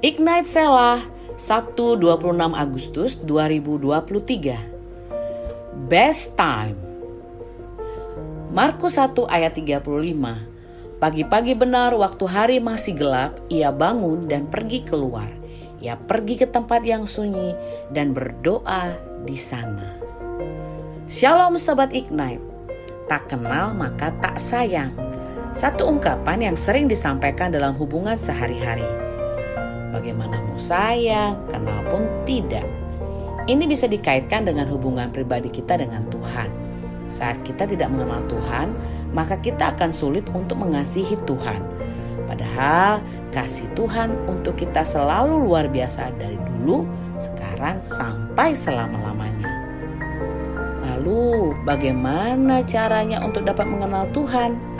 Ignite Selah, Sabtu 26 Agustus 2023. Best time. Markus 1 ayat 35. Pagi-pagi benar waktu hari masih gelap, ia bangun dan pergi keluar. Ia pergi ke tempat yang sunyi dan berdoa di sana. Shalom Sobat Ignite. Tak kenal maka tak sayang. Satu ungkapan yang sering disampaikan dalam hubungan sehari-hari. Bagaimana mau sayang, kenal pun tidak. Ini bisa dikaitkan dengan hubungan pribadi kita dengan Tuhan. Saat kita tidak mengenal Tuhan, maka kita akan sulit untuk mengasihi Tuhan. Padahal kasih Tuhan untuk kita selalu luar biasa dari dulu, sekarang sampai selama-lamanya. Lalu bagaimana caranya untuk dapat mengenal Tuhan?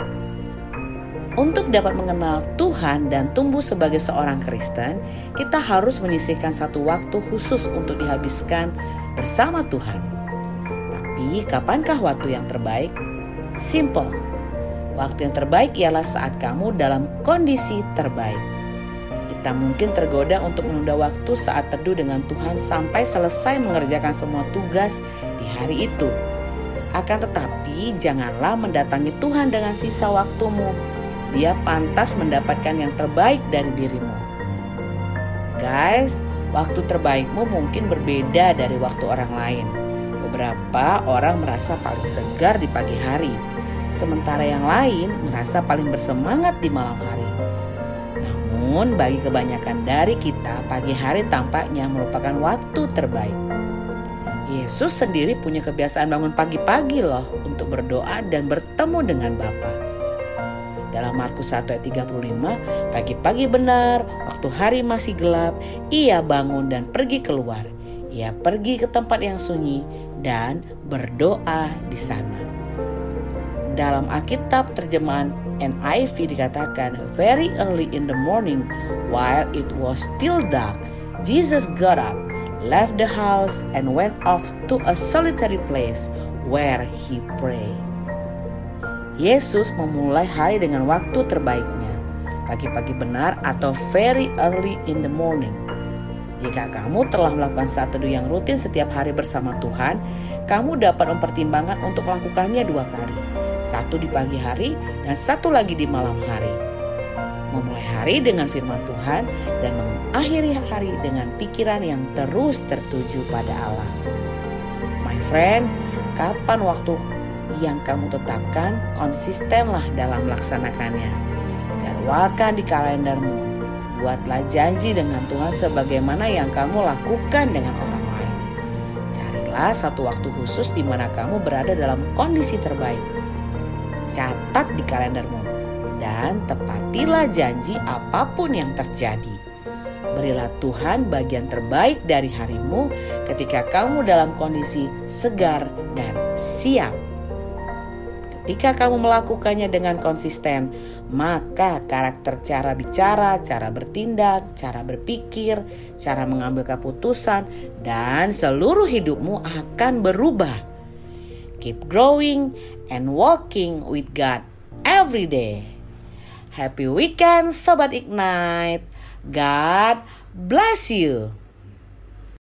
Untuk dapat mengenal Tuhan dan tumbuh sebagai seorang Kristen, kita harus menyisihkan satu waktu khusus untuk dihabiskan bersama Tuhan. Tapi kapankah waktu yang terbaik? Simple. Waktu yang terbaik ialah saat kamu dalam kondisi terbaik. Kita mungkin tergoda untuk menunda waktu saat teduh dengan Tuhan sampai selesai mengerjakan semua tugas di hari itu. Akan tetapi janganlah mendatangi Tuhan dengan sisa waktumu. Dia pantas mendapatkan yang terbaik dari dirimu. Guys, waktu terbaikmu mungkin berbeda dari waktu orang lain. Beberapa orang merasa paling segar di pagi hari, sementara yang lain merasa paling bersemangat di malam hari. Namun bagi kebanyakan dari kita, pagi hari tampaknya merupakan waktu terbaik. Yesus sendiri punya kebiasaan bangun pagi-pagi loh untuk berdoa dan bertemu dengan Bapa. Dalam Markus 1 ayat 35, pagi-pagi benar, waktu hari masih gelap, ia bangun dan pergi keluar. Ia pergi ke tempat yang sunyi dan berdoa di sana. Dalam Alkitab terjemahan NIV dikatakan, very early in the morning, while it was still dark, Jesus got up, left the house, and went off to a solitary place where he prayed. Yesus memulai hari dengan waktu terbaiknya, pagi-pagi benar atau very early in the morning. Jika kamu telah melakukan saat teduh yang rutin setiap hari bersama Tuhan, kamu dapat mempertimbangkan untuk melakukannya 2 kali. Satu di pagi hari dan satu lagi di malam hari. Memulai hari dengan firman Tuhan dan mengakhiri hari dengan pikiran yang terus tertuju pada Allah. My friend, kapan waktu yang kamu tetapkan, konsistenlah dalam melaksanakannya. Jadwalkan di kalendermu. Buatlah janji dengan Tuhan sebagaimana yang kamu lakukan dengan orang lain. Carilah satu waktu khusus di mana kamu berada dalam kondisi terbaik. Catat di kalendermu dan tepatilah janji apapun yang terjadi. Berilah Tuhan bagian terbaik dari harimu ketika kamu dalam kondisi segar dan siap. Ketika kamu melakukannya dengan konsisten, maka karakter cara bicara, cara bertindak, cara berpikir, cara mengambil keputusan, dan seluruh hidupmu akan berubah. Keep growing and walking with God every day. Happy weekend Sobat Ignite. God bless you.